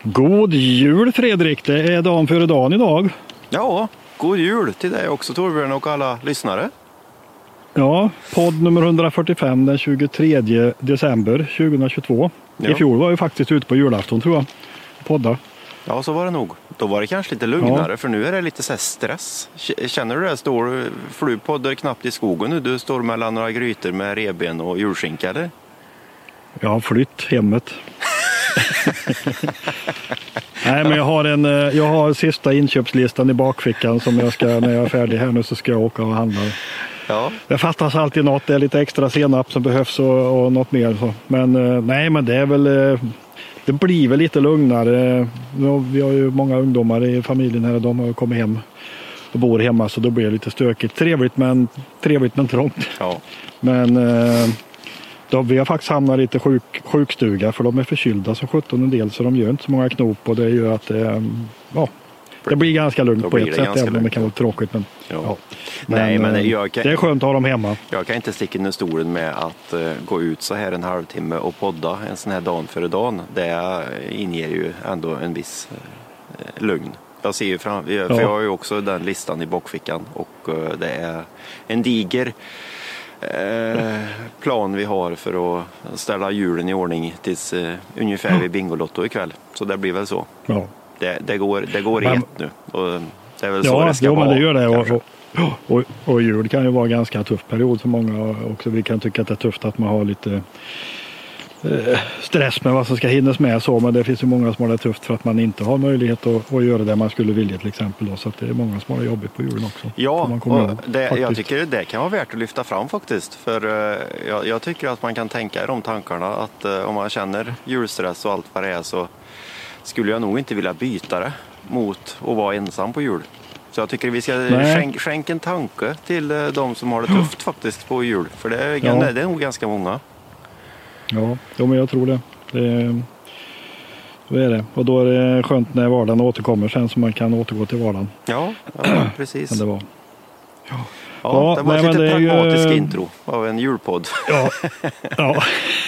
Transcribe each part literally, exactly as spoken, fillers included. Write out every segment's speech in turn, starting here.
God jul Fredrik, det är dagen före dagen idag. Ja, god jul till dig också Torbjörn och alla lyssnare. Ja, podd nummer hundrafyrtiofem den tjugotredje december tjugohundratjugotvå. Ja. I fjol var vi faktiskt ute på julafton tror jag, podda. Ja, så var det nog. Då var det kanske lite lugnare, ja. För nu är det lite så här stress. Känner du det? Står, för du poddar knappt i skogen nu. Du står mellan några grytor med reben och julskinka, eller? Jag har flytt hemmet. Nej, men jag har en jag har sista inköpslistan i bakfickan som jag ska, när jag är färdig här nu så ska jag åka och handla. Ja. Det fattas alltid något, det är lite extra senap som behövs och, och något mer så. Men nej, men det är väl det blir väl lite lugnare. Vi har ju många ungdomar i familjen här, de har kommit hem och bor hemma så då blir det lite stökigt. Trevligt men trevligt men trångt. Ja. Men då, vi har faktiskt hamnat lite sjuk, sjukstuga för de är förkylda som sjutton en del så de gör inte så många knop och det gör att det, ja, det blir ganska lugnt på ett sätt även om det kan vara tråkigt. Men, ja. Ja. Men, Nej, men jag kan, det är skönt att ha dem hemma. Jag kan inte sticka under stolen med att uh, gå ut så här en halvtimme och podda en sån här dag före dagen. Det inger ju ändå en viss uh, lugn. Jag ser ju fram, för ja. Jag har ju också den listan i bakfickan och uh, det är en diger Eh, plan vi har för att ställa julen i ordning tills eh, ungefär vid Bingolotto ikväll. Så det blir väl så. Ja. Det, det går, det går men, rätt nu. Och det är väl så ja, det ska jo, vara. Men det gör det. Och, och, och, och jul kan ju vara en ganska tuff period för många också. Vi kan tycka att det är tufft att man har lite eh, stress med vad som ska hinnas med så. Men det finns ju många som har det tufft för att man inte har möjlighet att, att göra det man skulle vilja till exempel. Då. Så att det är många som har det jobbigt på julen också. Ja, man och ihåg, det, jag tycker det kan vara värt att lyfta fram faktiskt. För uh, jag, jag tycker att man kan tänka i de tankarna att uh, om man känner julstress och allt vad det är så skulle jag nog inte vilja byta det mot att vara ensam på jul. Så jag tycker vi ska skänka skänk en tanke till uh, de som har det tufft faktiskt på jul. För det är, ja. det är nog ganska många. Ja, ja men jag tror det. det. Så är det. Och då är det skönt när vardagen återkommer sen så man kan återgå till vardagen. Ja, ja precis. Men det var... Ja, ja, det var nej, ett lite pragmatisk ju... intro av en julpodd. Ja, ja.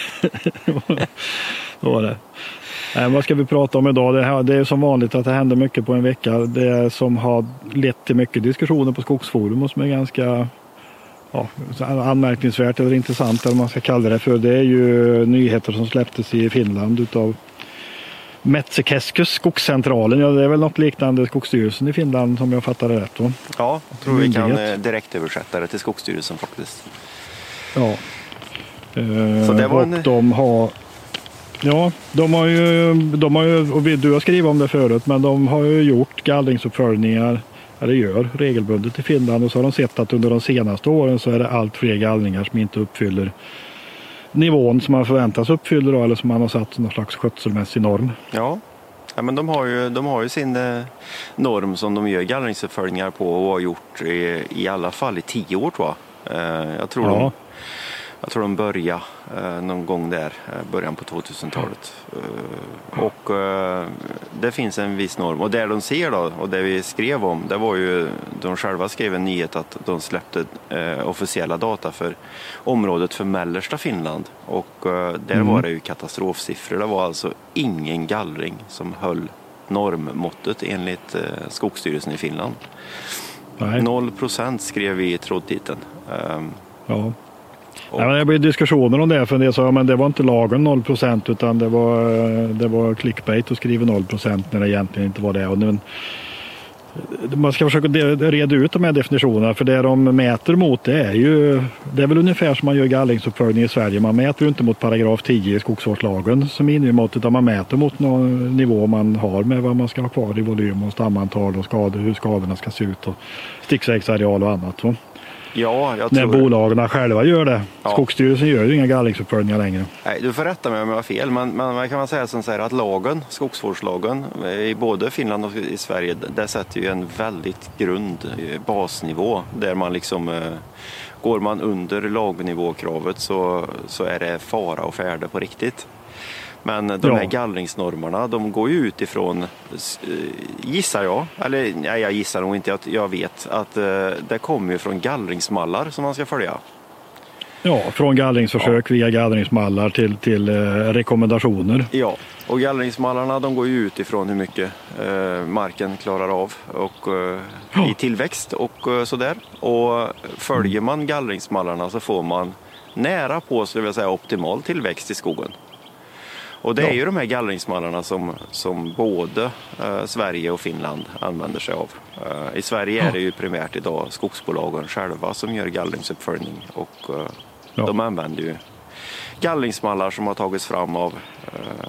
Så var det. Nej, vad ska vi prata om idag? Det, här, det är som vanligt att det händer mycket på en vecka. Det som har lett till mycket diskussioner på Skogsforum och som är ganska ja, anmärkningsvärt eller intressant eller man ska kalla det för. Det är ju nyheter som släpptes i Finland utav Metsäkeskus, skogscentralen. Ja, det är väl något liknande Skogsstyrelsen i Finland som jag fattar det rätt då. Ja, jag tror vi kan direkt översätta det till Skogsstyrelsen faktiskt. Ja. Så det var och en... de har ja, de har ju de har ju och du har skrivit om det förut men de har ju gjort gallringsuppföljningar eller gör regelbundet i Finland och så har de sett att under de senaste åren så är det allt fler gallringar som inte uppfyller nivån som man förväntas uppfylla då, eller som man har satt någon slags skötselmässig norm. Ja, ja men de har ju, de har ju sin eh, norm som de gör gallringsuppföljningar på och har gjort i, i alla fall i tio år tror jag. Eh, jag tror ja. de Jag tror de började eh, någon gång där, eh, början på tvåtusentalet. Eh, och eh, det finns en viss norm. Och det de ser då, och det vi skrev om, det var ju, de själva skrev en nyhet att de släppte eh, officiella data för området för mellersta Finland. Och eh, där mm. var det ju katastrofsiffror. Det var alltså ingen gallring som höll normmåttet enligt eh, Skogsstyrelsen i Finland. Nej. noll procent skrev vi i trådtiteln. Eh, ja. Ja, det blev diskussioner om det för det sa men det var inte lagen noll procent utan det var, det var clickbait att skriva noll procent när det egentligen inte var det. Och nu, man ska försöka reda ut de här definitionerna för det de mäter mot det är ju det är väl ungefär som man gör gallringsuppföljning i Sverige. Man mäter ju inte mot paragraf tio i skogsvårdslagen som minimimått utan man mäter mot någon nivå man har med vad man ska ha kvar i volym och stamantal och skador, hur skadorna ska se ut och sticksäcksareal och annat. Så. Ja, jag när tror... bolagen själva gör det. Ja. Skogsstyrelsen gör ju inga gallringsuppföljningar längre. Nej, du får rätta mig om jag har fel. Men, men man kan man säga som säger att lagen, skogsvårdslagen i både Finland och i Sverige, det sätter ju en väldigt grund basnivå där man liksom eh, går man under lagnivåkravet så, så är det fara och färde på riktigt. Men de här ja. gallringsnormerna, de går ju utifrån, gissar jag, eller nej, jag gissar nog inte, att jag vet att det kommer ju från gallringsmallar som man ska följa. Ja, från gallringsförsök ja. via gallringsmallar till, till eh, rekommendationer. Ja, och gallringsmallarna de går ju utifrån hur mycket eh, marken klarar av och, eh, ja. i tillväxt och eh, sådär. Och följer man gallringsmallarna så får man nära på, så vill jag säga, optimal tillväxt i skogen. Och det är ja. ju de här gallringsmallarna som, som både eh, Sverige och Finland använder sig av. Eh, I Sverige ja. är det ju primärt idag skogsbolagen själva som gör gallringsuppföljning. Och eh, ja. de använder ju gallringsmallar som har tagits fram av... Eh,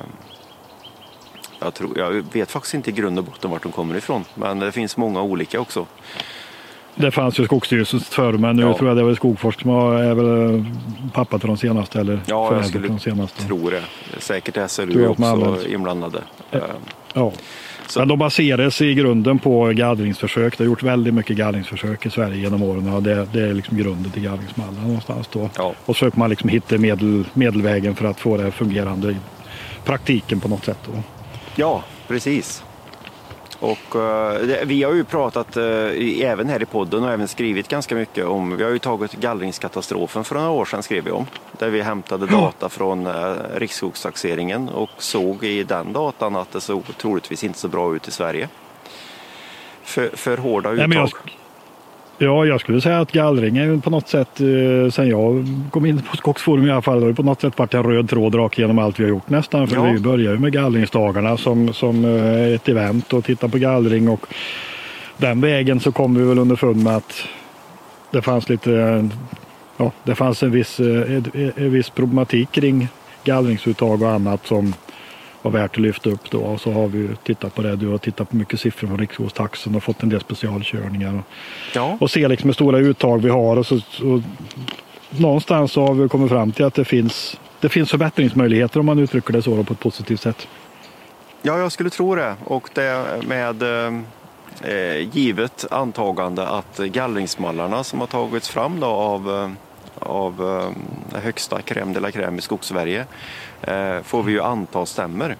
jag, tror, jag vet faktiskt inte i grund och botten vart de kommer ifrån. Men det finns många olika också. Det fanns ju Skogsstyrelsens förr, men nu ja. tror jag det var Skogforsk som är väl pappa till de senaste eller ja, jag skulle de senaste. tro det. Säkert S L U också inblandade. Ja. Så. Men de baseras i grunden på gallringsförsök. Det har gjort väldigt mycket gallringsförsök i Sverige genom åren. Och det, det är liksom grunden till gallringsmallarna någonstans då. Ja. Och så försöker man liksom hitta medel, medelvägen för att få det fungerande i praktiken på något sätt då. Ja, precis. Och uh, vi har ju pratat uh, även här i podden och även skrivit ganska mycket om, vi har ju tagit gallringskatastrofen för några år sedan skrev vi om. Där vi hämtade data från uh, Riksskogstaxeringen och såg i den datan att det såg troligtvis inte så bra ut i Sverige. För, för hårda uttag. Nej, Ja, jag skulle säga att gallring är på något sätt, eh, sen jag kom in på Skogsforum i alla fall, har det på något sätt varit en röd tråd rakt genom allt vi har gjort nästan. För ja. vi börjar ju med gallringsdagarna som, som eh, ett event och titta på gallring, och den vägen så kom vi väl underfund med att det fanns lite, ja, det fanns en viss, en, en viss problematik kring gallringsuttag och annat som var värt att lyfta upp då, och så har vi tittat på det. Du har tittat på mycket siffror från Riksskogstaxen och fått en del specialkörningar och, ja. och ser liksom hur stora uttag vi har, och så, så någonstans så har vi kommit fram till att det finns, det finns förbättringsmöjligheter om man uttrycker det så på ett positivt sätt. Ja, jag skulle tro det, och det med eh, givet antagande att gallringsmallarna som har tagits fram då av eh, av eh, högsta crème de la crème i Skogssverige eh, får vi ju anta stämmer.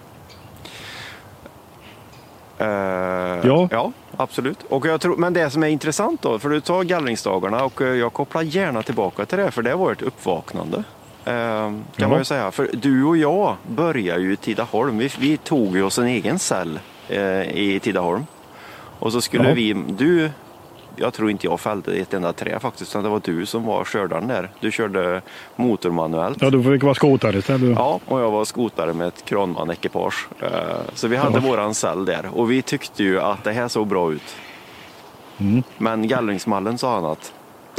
Eh, ja. ja, absolut. Och jag tror, men det som är intressant då, för du tar gallringsdagarna, och jag kopplar gärna tillbaka till det, för det var ett uppvaknande. Eh, kan ja. man ju säga. För du och jag börjar ju i Tidaholm. Vi, vi tog ju oss en egen cell eh, i Tidaholm. Och så skulle ja. vi, du Jag tror inte jag fällde ett enda trä faktiskt, utan det var du som var skördaren där. Du körde motormanuellt. Ja, du fick vara skotare istället. Ja, och jag var skotare med ett kranman-ekipage. Så vi hade ja. våran cell där, och vi tyckte ju att det här såg bra ut. Mm. Men gallringsmallen sa han att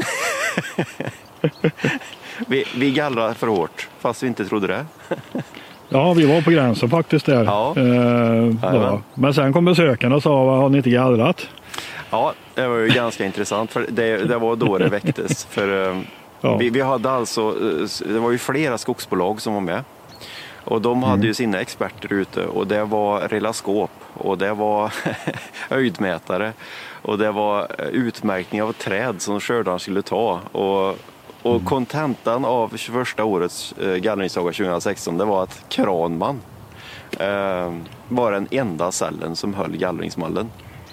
vi, vi gallrar för hårt, fast vi inte trodde det. Ja, vi var på gränsen faktiskt där. Ja. Eh, men sen kom besökarna och sa, har ni inte gallrat? Ja, det var ju ganska intressant, för det, det var då det väcktes. För ja. vi, vi hade alltså, det var ju flera skogsbolag som var med. Och de hade mm. ju sina experter ute, och det var relaskop, och det var höjdmätare, och det var utmärkning av träd som skördaren skulle ta. Och, och mm. kontentan av tjugoförsta årets eh, gallringsdagar tjugohundrasexton, det var att Kranman eh, var den enda cellen som höll gallringsmallen.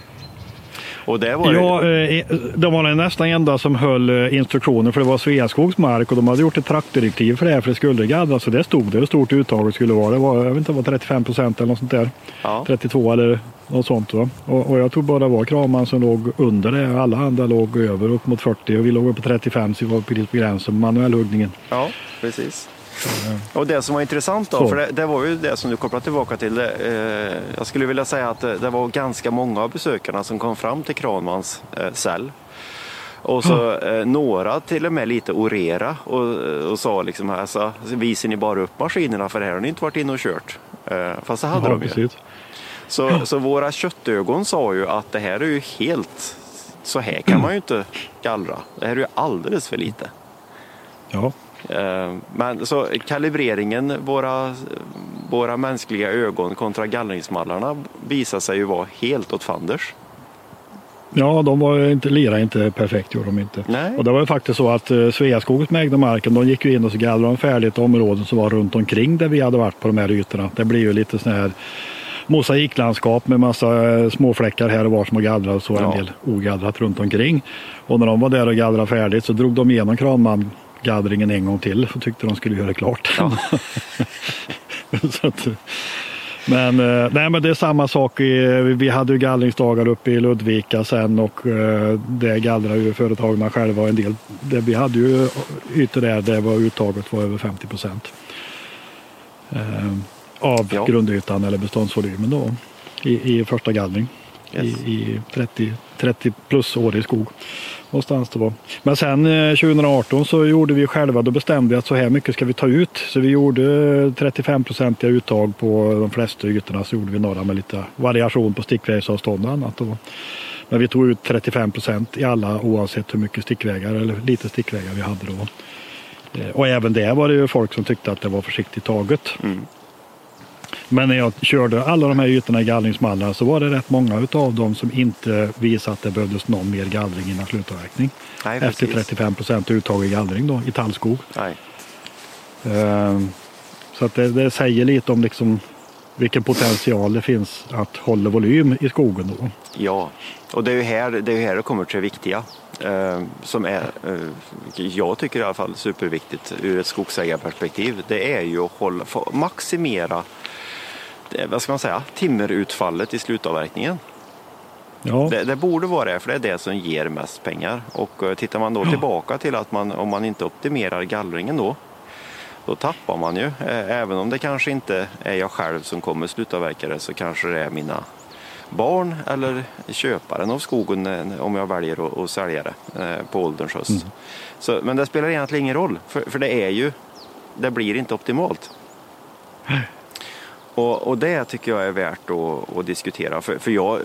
Och det var ja, de var den nästan enda som höll instruktioner, för det var Sveaskogs mark, och de hade gjort ett traktdirektiv för det här, för det skulle gallras, så det stod det hur stort uttaget skulle vara. Det var, jag vet inte, det var trettiofem procent eller något sånt där. Ja. trettiotvå eller något sånt. Va? Och, och jag tror bara det var Kranman som låg under det. Alla andra låg över upp mot fyrtio, och vi låg på trettiofem, så vi var precis på gränsen med manuellhuggningen. Ja, precis. Och det som var intressant då, så. för det, det var ju det som du kopplade tillbaka till. Eh, jag skulle vilja säga att det, det var ganska många av besökarna som kom fram till Kranmans eh, cell. Och så eh, några till och med lite orera och, och sa liksom här, så visar ni bara upp maskinerna, för här har ni inte varit inne och kört. Eh, fast det hade ja, de ju. Precis. Så, så våra köttögon sa ju att det här är ju helt, så här kan man ju inte gallra. Det här är ju alldeles för lite. Ja. Men så kalibreringen, våra, våra mänskliga ögon kontra gallringsmallarna visar sig ju vara helt åt fanders. Ja, de var inte, lirade inte perfekt, gjorde de inte. Nej. Och det var ju faktiskt så att uh, Sveaskog som ägde marken, de gick ju in och så gallrade de färdigt områden som var runt omkring där vi hade varit på de här ytorna. Det blir ju lite sån här mosaiklandskap med massa småfläckar här och var som har gallrat, och så ja. en del ogallrat runt omkring. Och när de var där och gallrade färdigt så drog de igenom Kranman gallringen en gång till och tyckte de skulle göra det klart. Ja. Så att, men, nej, men det är samma sak. I, vi hade ju gallringsdagar uppe i Ludvika sen och det gallrar ju företagarna själva en del. Det, vi hade ju ytor där det var uttaget var över femtio procent eh, av ja. grundytan eller beståndsvolymen då i, i första gallring. Yes. I, i trettio, trettio plus år i skog. Någonstans det var. Men sen tjugo arton så gjorde vi själva, då bestämde vi att så här mycket ska vi ta ut. Så vi gjorde trettiofem procentiga uttag på de flesta ytorna, så gjorde vi några med lite variation på stickvägsavstånd och annat. Men vi tog ut trettiofem procent i alla oavsett hur mycket stickvägar eller lite stickvägar vi hade då. Och även det var det ju folk som tyckte att det var försiktigt taget. Mm. Men när jag körde alla de här ytorna i gallringsmallar så var det rätt många utav dem som inte visade att det behövdes någon mer gallring innan slutavverkning. Nej, efter trettiofem procent uttag i gallring då, i tallskog. Nej. Uh, så att det, det säger lite om liksom vilken potential det finns att hålla volym i skogen då. Ja, och det är ju här det, är här det kommer till det viktiga. Uh, som är, uh, jag tycker i alla fall superviktigt ur ett skogsägarperspektiv. Det är ju att hålla, maximera det, vad ska man säga, timmerutfallet i slutavverkningen. Ja. Det, det borde vara det, för det är det som ger mest pengar. Och uh, tittar man då ja. tillbaka till att man, om man inte optimerar gallringen då, då tappar man ju. Eh, även om det kanske inte är jag själv som kommer slutavverkare, så kanske det är mina barn eller köparen av skogen eh, om jag väljer att, att sälja det eh, på ålderns höst. Mm. Så, men det spelar egentligen ingen roll, för, för det är ju, det blir inte optimalt. Och, och det tycker jag är värt att, att diskutera. För, för jag,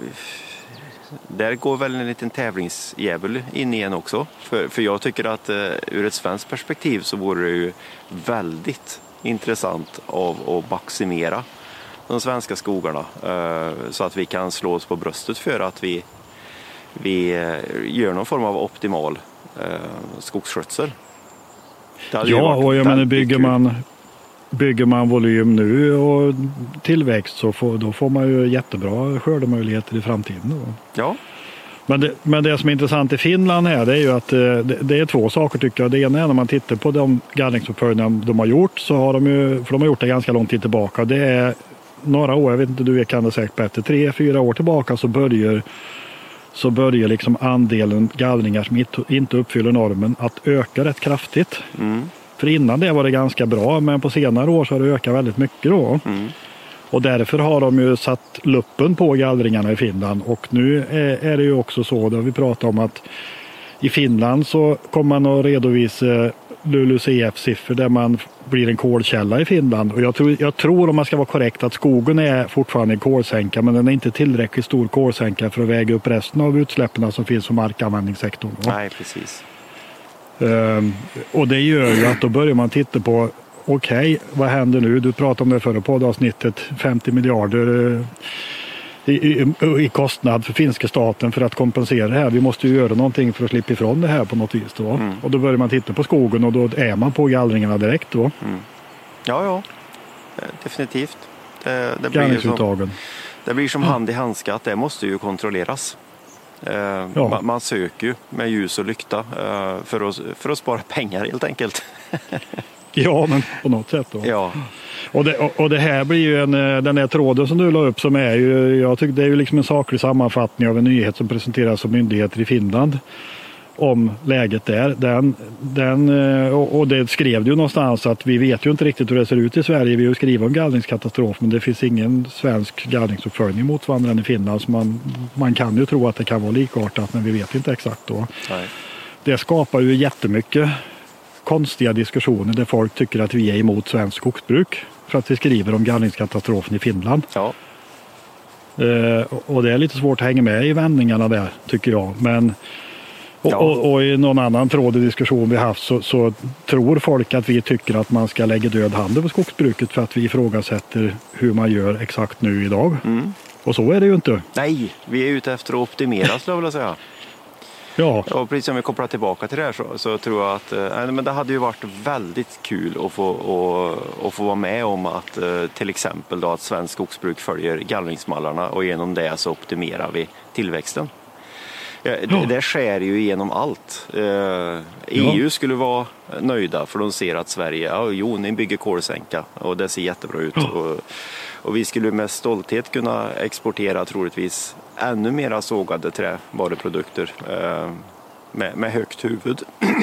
där går väl en liten tävlingsjävel in igen också. För, för jag tycker att ur ett svenskt perspektiv så vore det ju väldigt intressant av att maximera de svenska skogarna. Så att vi kan slå oss på bröstet för att vi, vi gör någon form av optimal skogsskötsel. Ja, och jag menar bygger man... Bygger man volym nu och tillväxt så får, då får man ju jättebra skördemöjligheter i framtiden. Då. Ja. Men det, men det som är intressant i Finland här, det är ju att det, det är två saker tycker jag. Det ena är när man tittar på de gallringsuppföljningar de har gjort, så har de ju, för de har gjort det ganska lång tid tillbaka. Det är några år, jag vet inte, du kan det säkert bättre, tre, fyra år tillbaka så börjar så börjar liksom andelen gallringar som inte uppfyller normen att öka rätt kraftigt. Mm. För innan det var det ganska bra, men på senare år så har det ökat väldigt mycket då. Mm. Och därför har de ju satt luppen på gallringarna i Finland. Och nu är, är det ju också så, det har vi pratat om, att i Finland så kommer man att redovisa L U L U C F-siffror där man blir en kolkälla i Finland. Och jag tror, jag tror om man ska vara korrekt att skogen är fortfarande en kolsänka, men den är inte tillräckligt stor kolsänka för att väga upp resten av utsläppen som finns från markanvändningssektorn. Nej, precis. Um, och det gör ju att då börjar man titta på okej, okay, vad händer nu? Du pratade om det förra poddavsnittet, femtio miljarder uh, i, i, i kostnad för finska staten för att kompensera det här. Vi måste ju göra någonting för att slippa ifrån det här på något vis då. Mm. Och då börjar man titta på skogen och då är man på gallringarna direkt då. Mm. Ja, ja. Definitivt. Det, det, blir som, det blir som hand i handska att det måste ju kontrolleras. Uh, ja. man, man söker ju med ljus och lykta uh, för, att, för att spara pengar helt enkelt. Ja, men på något sätt då. Ja. Och, det, och, och det här blir ju en, den här tråden som du la upp som är ju, jag tycker det är ju liksom en saklig sammanfattning av en nyhet som presenteras av myndigheter i Finland om läget där. Den, den, och, och det skrev det ju någonstans att vi vet ju inte riktigt hur det ser ut i Sverige. Vi har ju skrivit om gallringskatastrof, men det finns ingen svensk gallringsuppföljning motsvarande den i Finland. Så man, man kan ju tro att det kan vara likartat, men vi vet inte exakt då. Nej. Det skapar ju jättemycket konstiga diskussioner där folk tycker att vi är emot svensk skogsbruk för att vi skriver om gallringskatastrofen i Finland. Ja. Eh, och det är lite svårt att hänga med i vändningarna där tycker jag, men Och, ja. och, och i någon annan tråd i diskussion vi haft så, så tror folk att vi tycker att man ska lägga död hand över skogsbruket för att vi ifrågasätter hur man gör exakt nu idag. Mm. Och så är det ju inte. Nej, vi är ute efter att optimera skulle jag vilja säga. Ja. Och precis som vi kopplar tillbaka till det här så, så tror jag att äh, men det hade ju varit väldigt kul att få, och, att få vara med om att äh, till exempel då att svensk skogsbruk följer gallringsmallarna och genom det så optimerar vi tillväxten. Ja, det skär ju igenom allt. Eh, E U ja. skulle vara nöjda för de ser att Sverige, ja, jo, ni bygger kolsänka och det ser jättebra ut. Ja. Och, och vi skulle med stolthet kunna exportera troligtvis ännu mera sågade trävaruprodukter eh, med, med högt huvud.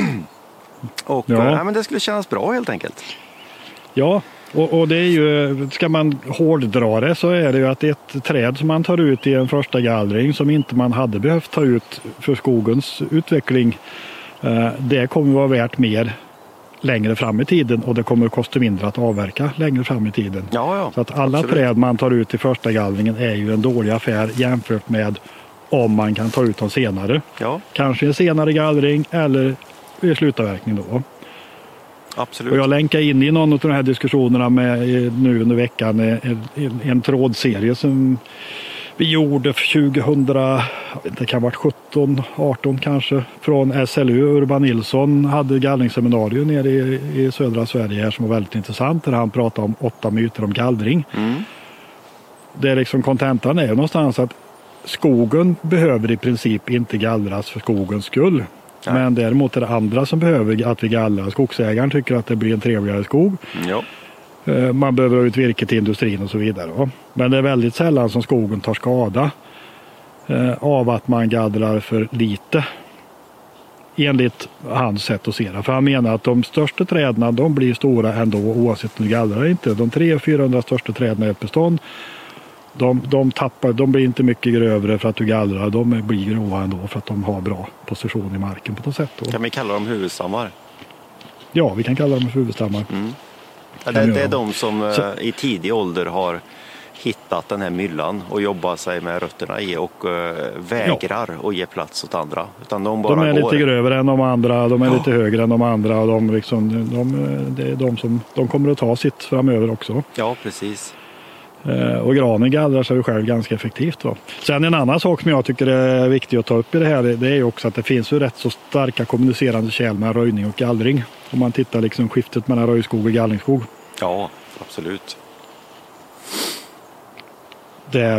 och ja. eh, men det skulle kännas bra helt enkelt. Ja, och, och det är ju, ska man hårddra det så är det ju att ett träd som man tar ut i en första gallring som inte man hade behövt ta ut för skogens utveckling, eh, det kommer vara värt mer längre fram i tiden och det kommer att kosta mindre att avverka längre fram i tiden. Ja, ja, så att alla absolut. träd man tar ut i första gallringen är ju en dålig affär jämfört med om man kan ta ut dem senare. Ja. Kanske en senare gallring eller i slutavverkning då. Absolut. Och jag länkar in i någon av de här diskussionerna med nu under veckan en, en, en trådserie som vi gjorde för tjugohundra, det kan ha varit sjutton, arton kanske, från S L U. Urban Nilsson hade gallringsseminarium nere i, i södra Sverige här som var väldigt intressant där han pratade om åtta myter om gallring. Mm. Det är liksom kontentan är någonstans att skogen behöver i princip inte gallras för skogens skull. Ja. Men däremot är det andra som behöver att vi gallrar. Skogsägaren tycker att det blir en trevligare skog. Ja. Man behöver ha ut virke till industrin och så vidare. Men det är väldigt sällan som skogen tar skada av att man gallrar för lite. Enligt hans sätt att se det. För han menar att de största träden de blir stora ändå oavsett om du gallrar inte. De tre hundra till fyrahundra största träden i ett bestånd. De, de, tappar, de blir inte mycket grövre för att du gallrar. De blir gråa ändå för att de har bra position i marken på något sätt. Då. Kan vi kalla dem huvudstammar? Ja, vi kan kalla dem huvudstammar. Mm. Ja, det, det är de som Så. i tidig ålder har hittat den här myllan och jobbar sig med rötterna i och uh, vägrar ja. att ge plats åt andra. Utan de, bara de är går. lite grövre än de andra, de är ja. lite högre än de andra. Och de, liksom, de, det är de som de kommer att ta sitt framöver också. Ja, precis. Och granen gallrar sig själv ganska effektivt. Va? Sen en annan sak som jag tycker är viktig att ta upp i det här, det är också att det finns ju rätt så starka kommunicerande kärl med röjning och gallring. Om man tittar liksom skiftet mellan röjskog och gallringsskog. Ja, absolut. Där,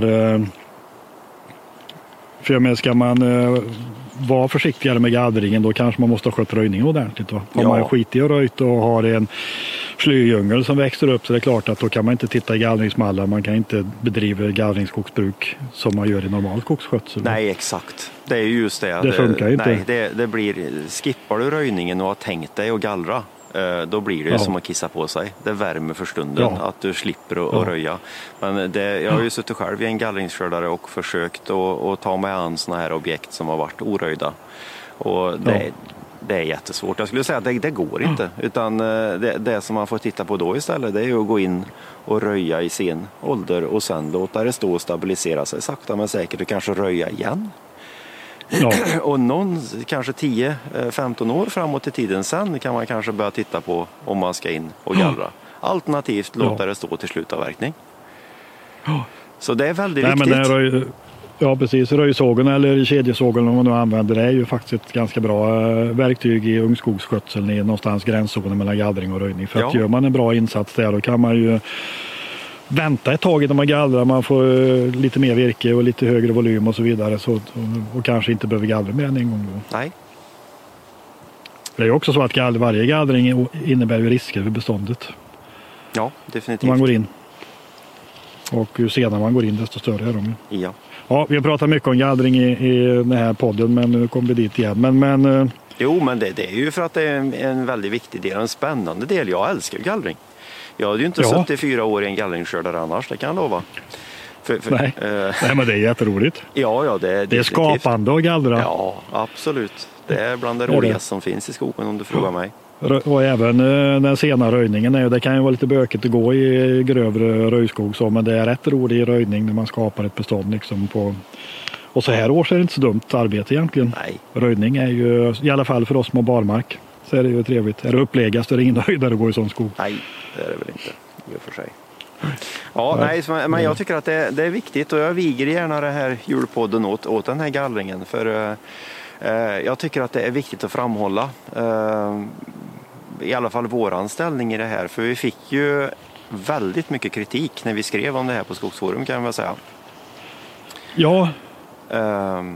för jag menar, ska man vara försiktigare med gallringen då kanske man måste ha skött röjning ordentligt. Va? Har ja. man skit i och röjt och har en slydjungel som växer upp så det är klart att då kan man inte titta i gallringsmallar. Man kan inte bedriva gallringsskogsbruk som man gör i normal skogsskötsel. Nej, exakt. Det är ju just det. Det funkar inte. Nej, det, det blir, skippar du röjningen och har tänkt dig att gallra, då blir det ju ja. som att kissa på sig. Det värmer för stunden ja. att du slipper att ja. röja. Men det, jag har ju suttit själv i en gallringsskördare och försökt att, att ta mig an såna här objekt som har varit oröjda. Och det, ja. det är jättesvårt. Jag skulle säga att det, det går inte. Utan det, det som man får titta på då istället, det är ju att gå in och röja i sin ålder och sen låta det stå och stabilisera sig sakta men säkert och kanske röja igen. Ja. Och någon, kanske tio femton år framåt i tiden sen kan man kanske börja titta på om man ska in och gallra. Alternativt låta ja. det stå till slutavverkning. Ja. Så det är väldigt Nej, viktigt. Men röj, ja precis, röjsågen eller kedjesågen om man nu använder det är ju faktiskt ett ganska bra verktyg i ungskogsskötseln i någonstans gränszonen mellan gallring och röjning. För att ja. gör man en bra insats där då kan man ju vänta ett tag innan man gallrar, man får lite mer virke och lite högre volym och så vidare så, och, och kanske inte behöver gallra mer än en gång då. Nej. Det är ju också så att gall, varje gallring innebär ju risker för beståndet. Ja, definitivt. När man går in. Och ju senare man går in desto större är de ju. Ja. Ja, vi har pratat mycket om gallring i, i den här podden men nu kommer vi dit igen. Men, men, jo, men det, det är ju för att det är en, en väldigt viktig del, en spännande del. Jag älskar ju gallring. Jag hade ju inte ja. suttit fyra år i en gallringsskördare annars, det kan jag lova. För, för, Nej. Eh, Nej, men det är jätteroligt. Ja, ja, det är Det är skapande att gallra. Ja, absolut. Det är bland det roligaste som finns i skogen om du frågar mig. Och även den sena röjningen, är, det kan ju vara lite bökigt att gå i grövre röjskog så, men det är rätt rolig röjning när man skapar ett bestånd liksom på. Och så här års är det inte så dumt arbete egentligen. Nej. Röjning är ju, i alla fall för oss som har barmark, så är det ju trevligt. Är det uppläggas så är det ingen höjdare att gå i sån skog. Nej, det är det väl inte i och för sig. Ja, nej, nej men jag tycker att det, det är viktigt och jag viger gärna det här julpodden åt, åt den här gallringen för eh, jag tycker att det är viktigt att framhålla eh, i alla fall våran ställning i det här, för vi fick ju väldigt mycket kritik när vi skrev om det här på Skogsforum kan man säga. Ja. Um,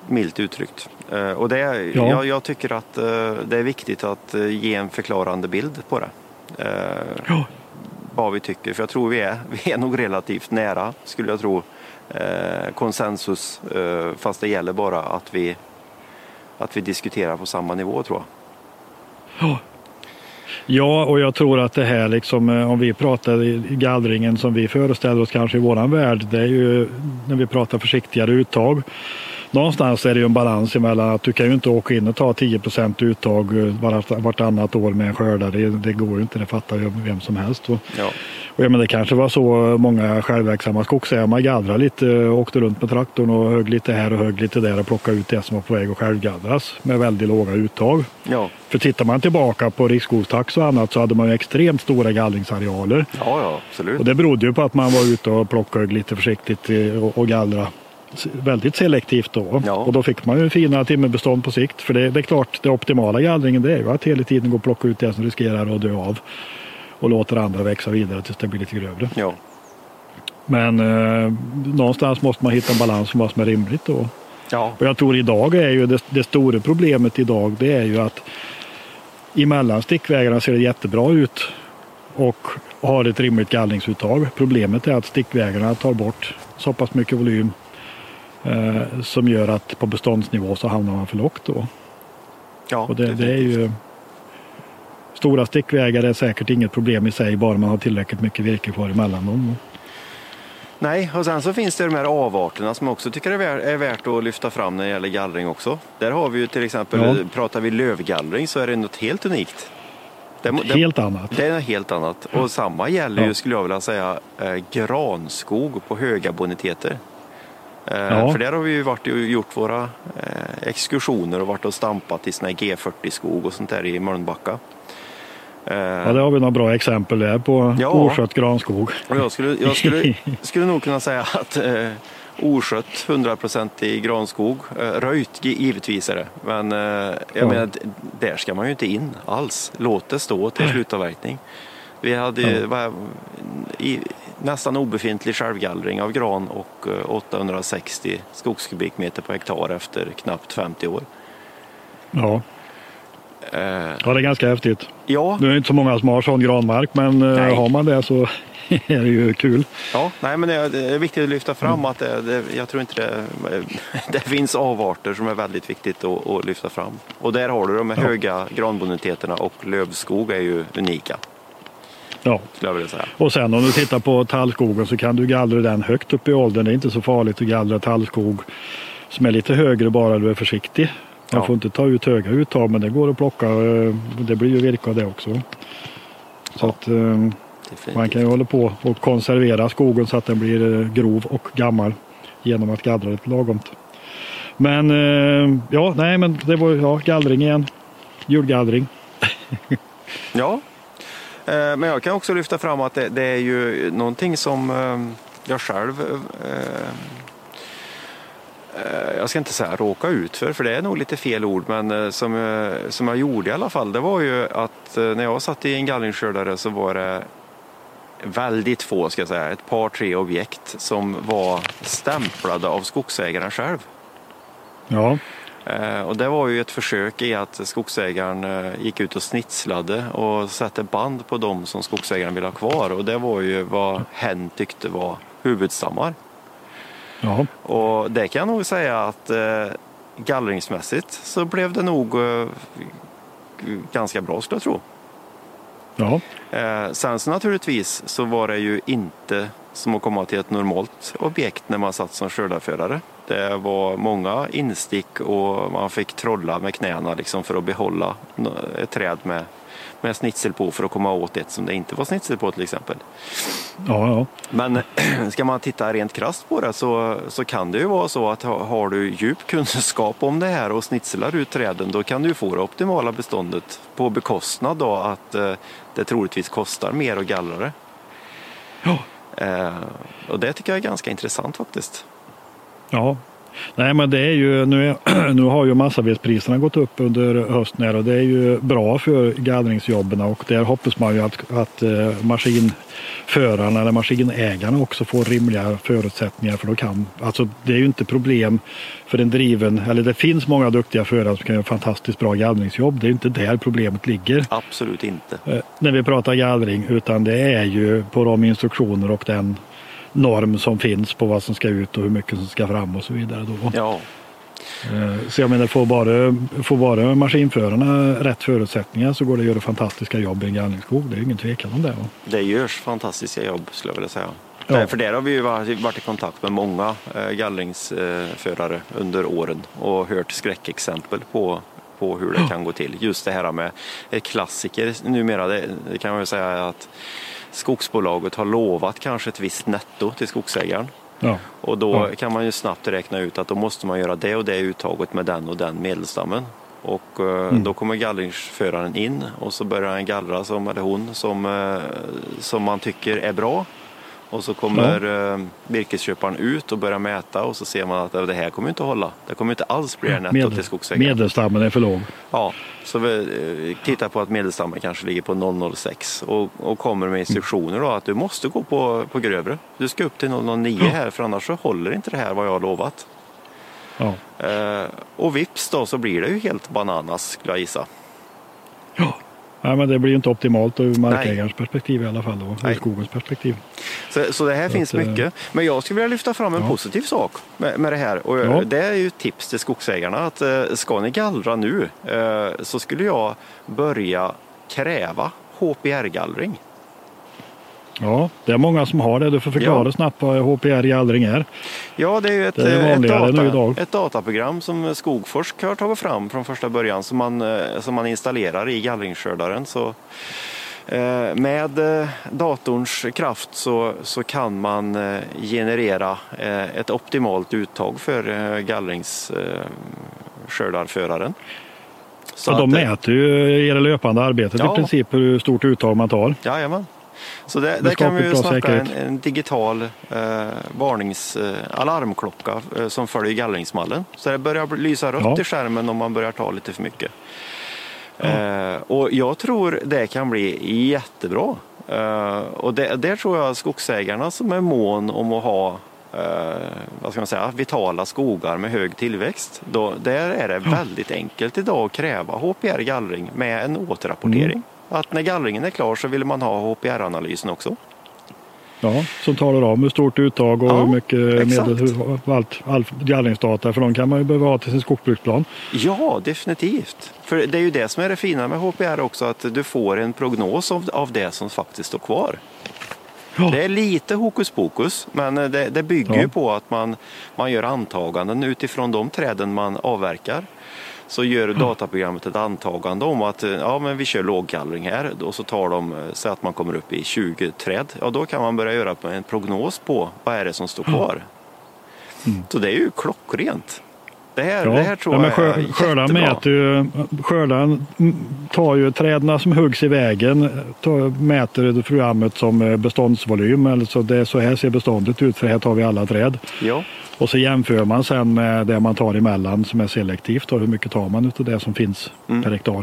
milt uttryckt. Eh, och det, ja. jag, jag tycker att eh, det är viktigt att eh, ge en förklarande bild på det. Eh, ja. Vad vi tycker. För jag tror vi är, vi är nog relativt nära, skulle jag tro, eh, konsensus. Eh, fast det gäller bara att vi, att vi diskuterar på samma nivå, tror jag. Ja. Ja, och jag tror att det här liksom, om vi pratar i gallringen som vi föreställer oss kanske i våran värld, det är ju när vi pratar försiktigare uttag. Någonstans är det ju en balans emellan att du kan ju inte åka in och ta tio procent uttag vart, vartannat år med en skördare. Det, det går ju inte, det fattar ju vem som helst. Och, ja. och jag menar, det kanske var så många självverksamma skogsägare gallrade lite, åkte runt med traktorn och högg lite här och högg lite där och plockade ut det som var på väg att självgallras med väldigt låga uttag. Ja. För tittar man tillbaka på riksskogstax och annat så hade man ju extremt stora gallringsarealer. Ja, ja, absolut. Och det berodde ju på att man var ute och plockade lite försiktigt och, och gallra väldigt selektivt då. Ja. Och då fick man ju fina timmerbestånd på sikt. För det, det är klart, det optimala gallringen det är ju att hela tiden gå och plocka ut det som riskerar att dö av. Och låter andra växa vidare tills det blir lite grövre. Ja. Men eh, någonstans måste man hitta en balans för vad som är rimligt då. Ja. Och jag tror idag är ju det, det stora problemet idag, det är ju att emellan stickvägarna ser det jättebra ut och har ett rimligt gallringsuttag. Problemet är att stickvägarna tar bort så pass mycket volym eh, som gör att på beståndsnivå så hamnar man för lågt då. Ja, och det, det är ju stora stickvägar är säkert inget problem i sig, bara man har tillräckligt mycket virke kvar emellan dem. Nej, och sen så finns det de här avarterna som jag också tycker är, vär, är värt att lyfta fram när det gäller gallring också. Där har vi ju till exempel, ja. pratar vi lövgallring så är det något helt unikt. Det, det, helt annat. Det är något helt annat. Och samma gäller ju, skulle jag vilja säga, eh, granskog på höga boniteter. Eh, ja. För där har vi ju varit och gjort våra eh, exkursioner och varit och stampat i såna här G fyrtio-skog och sånt där i Mölnbacka. Ja, det har vi några bra exempel där på ja. oskött granskog. Och jag skulle, jag skulle, skulle nog kunna säga att eh, oskött hundra procent i granskog, eh, röjt givetvis är det. Men eh, jag ja. menar, där ska man ju inte in alls. Låt det stå till slutavverkning. Vi hade ja. var, i, nästan obefintlig självgallring av gran och eh, åttahundrasextio skogskubikmeter per hektar efter knappt femtio år. Ja. Ja, det är ganska häftigt. Ja. Det är inte så många som har sån granmark, men nej. har man det så är det ju kul. Ja, nej, men det är, det är viktigt att lyfta fram mm. att det, det, jag tror inte det, det finns avarter som är väldigt viktigt att, att lyfta fram. Och där har du de här ja. höga granboniteterna och lövskog är ju unika. Ja, skulle jag vilja säga. Och sen om du tittar på tallskogen så kan du gallra den högt upp i åldern. Det är inte så farligt att gallra tallskog som är lite högre bara du är försiktig. Man får ja. inte ta ut höga uttag, men det går att plocka. Det blir ju virke av det också. Så ja. att um, man kan ju hålla på och konservera skogen så att den blir grov och gammal genom att gallra lite lagomt. Men uh, ja, nej, men det var ja, gallring igen. Julgallring. Ja, uh, men jag kan också lyfta fram att det, det är ju någonting som uh, jag själv uh, jag ska inte säga råka ut för, för det är nog lite fel ord, men som, som jag gjorde i alla fall, det var ju att när jag satt i en gallringsskördare så var det väldigt få, ska jag säga, ett par tre objekt som var stämplade av skogsägaren själv. Ja. Och det var ju ett försök i att skogsägaren gick ut och snitslade och satte band på dem som skogsägaren ville ha kvar, och det var ju vad hen tyckte var huvudstammar. Ja. Och det kan jag nog säga att eh, gallringsmässigt så blev det nog eh, ganska bra, skulle jag tro. Ja. Eh, sen så naturligtvis så var det ju inte som att komma till ett normalt objekt när man satt som skördarförare. Det var många instick och man fick trolla med knäna liksom för att behålla ett träd med, med snitsel på för att komma åt ett som det inte var snitsel på till exempel. Ja, ja. Men ska man titta rent krasst på det så, så kan det ju vara så att har du djup kunskap om det här och snitslar ut träden, då kan du få det optimala beståndet på bekostnad då att eh, det troligtvis kostar mer att gallra det. Ja. Eh, och det tycker jag är ganska intressant faktiskt. Ja. Nej, men det är ju, nu, är, nu har ju massavedspriserna gått upp under hösten här och det är ju bra för gallringsjobben och där hoppas man ju att, att maskinförarna eller maskinägarna också får rimliga förutsättningar för då kan, alltså det är ju inte problem för en driven, eller det finns många duktiga förare som kan göra fantastiskt bra gallringsjobb, det är ju inte där problemet ligger. Absolut inte. Eh, när vi pratar gallring, utan det är ju på de instruktioner och den norm som finns på vad som ska ut och hur mycket som ska fram och så vidare då. Ja. Så jag menar, får bara, får bara maskinförarna rätt förutsättningar så går det att göra fantastiska jobb i en gallringsskog. Det är ingen tvekan om det. Va? Det görs fantastiska jobb skulle jag vilja säga. Ja. För där har vi ju varit i kontakt med många gallringsförare under åren och hört skräckexempel på, på hur det kan gå till. Just det här med klassiker numera, det, det kan man ju säga att skogsbolaget har lovat kanske ett visst netto till skogsägaren. Ja. Och då ja. kan man ju snabbt räkna ut att då måste man göra det och det uttaget med den och den medelstammen. Och uh, mm. då kommer gallringsföraren in och så börjar han gallra som, eller hon som, uh, som man tycker är bra. Och så kommer ja. uh, virkesköparen ut och börjar mäta och så ser man att det här kommer inte att hålla. Det kommer inte alls bli netto Med, till skogsägaren. Medelstammen är för låg. Ja, så vi uh, tittar på att medelstammen kanske ligger på noll komma noll sex och, och kommer med instruktioner då att du måste gå på, på grövre. Du ska upp till noll komma noll nio här för annars så håller inte det här vad jag har lovat. Ja. Uh, och vips då så blir det ju helt bananas skulle jag gissa. Ja. Nej, men det blir ju inte optimalt ur markägarens Nej. perspektiv i alla fall och ur skogens perspektiv. Så, så det här så finns att, mycket. Men jag skulle vilja lyfta fram en ja. positiv sak med, med det här. Och ja. det är ju ett tips till skogsägarna att ska ni gallra nu så skulle jag börja kräva H P R-gallring. Ja, det är många som har det. Du får förklara ja. snabbt vad H P R-gallring är. Ja, det är ju ett, det är ett, data, nu idag. ett dataprogram som Skogforsk har tagit fram från första början som man, som man installerar i gallringsskördaren. Så, eh, med datorns kraft så, så kan man eh, generera eh, ett optimalt uttag för eh, gallringsskördarföraren. Så ja, de att, mäter ju i det löpande arbetet ja. i princip hur stort uttag man tar. Jajamän. Så det, där kan vi ju snacka en, en digital eh, varnings eh, alarmklocka eh, som följer gallringsmallen. Så det börjar lysa rött ja. i skärmen om man börjar ta lite för mycket. Ja. Eh, och jag tror det kan bli jättebra. Eh, och det, där tror jag skogsägarna som är mån om att ha eh, vad ska man säga, vitala skogar med hög tillväxt. Då, där är det ja. väldigt enkelt idag att kräva H P R-gallring med en återrapportering. Mm. Att när gallringen är klar så vill man ha H P R-analysen också. Ja, som talar om hur stort uttag och ja, hur mycket medel, hur, allt, allt gallringsdata, för de kan man ju behöva ha till sin skogsbruksplan. Ja, definitivt. För det är ju det som är det fina med H P R också, att du får en prognos av, av det som faktiskt står kvar. Ja. Det är lite hokus pokus, men det, det bygger ja. ju på att man, man gör antaganden utifrån de träden man avverkar. Så gör dataprogrammet ett antagande om att ja, men vi kör låggallring här och så tar de, så att man kommer upp i tjugo träd. Ja, då kan man börja göra en prognos på vad är det som står kvar. Mm. Så det är ju klockrent. Det här, ja. det här tror ja, men jag är skördan mäter ju, skördan tar ju trädna som huggs i vägen, tar, mäter programmet som beståndsvolym. Alltså det, så här ser beståndet ut, för här tar vi alla träd. Ja. Och så jämför man sen med det man tar emellan som är selektivt och hur mycket tar man utav det som finns mm. per hektar.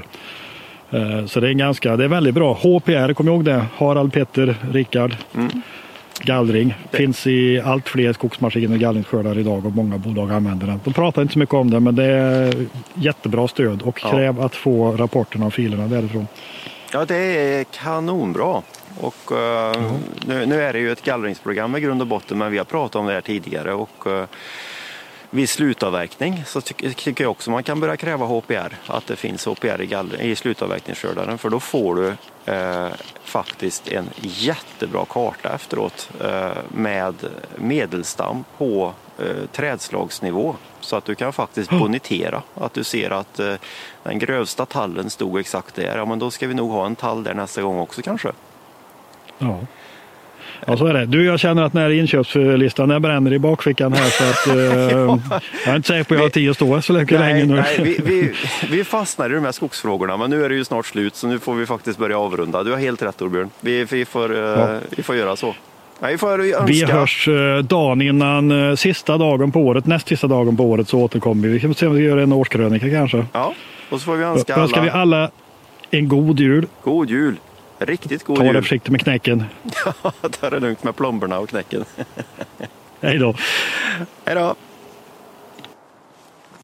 Så det är ganska, det är väldigt bra. H P R, kom ihåg det. Harald, Petter, Rickard. Mm. Gallring. Det finns i allt fler skogsmaskiner och gallringsskördar idag och många bolag använder den. De pratar inte så mycket om det, men det är jättebra stöd och kräv ja. att få rapporterna och filerna därifrån. Ja, det är kanonbra. Och uh, mm. nu, nu är det ju ett gallringsprogram i grund och botten, men vi har pratat om det här tidigare och uh, vid slutavverkning så ty- tycker jag också man kan börja kräva H P R, att det finns H P R i, gallring, i slutavverkningsskördaren, för då får du uh, faktiskt en jättebra karta efteråt uh, med medelstam på uh, trädslagsnivå, så att du kan faktiskt bonitera, att du ser att uh, den grövsta tallen stod exakt där, ja men då ska vi nog ha en tall där nästa gång också kanske. Ja. Ja, så är det. Du, jag känner att när inköpslistan är bränner i bakfickan här, så att eh, ja. jag är inte säker på att jag har tid att stå så länge nej, nu. Nej, vi, vi, vi fastnar i de här skogsfrågorna, men nu är det ju snart slut, så nu får vi faktiskt börja avrunda. Du har helt rätt, Torbjörn. Vi, vi, får, ja. eh, vi får göra så. Ja, vi får önska. Vi hörs eh, dagen innan eh, sista dagen på året, näst sista dagen på året så återkommer vi. Vi kan se om vi gör en årskrönika kanske. Ja, och så får vi önska alla. Önskar vi alla en god jul. God jul. Riktigt god Ta jul. det försiktigt med knäcken. Ja, ta det lugnt med plomberna och knäcken. Hej då. Hej då.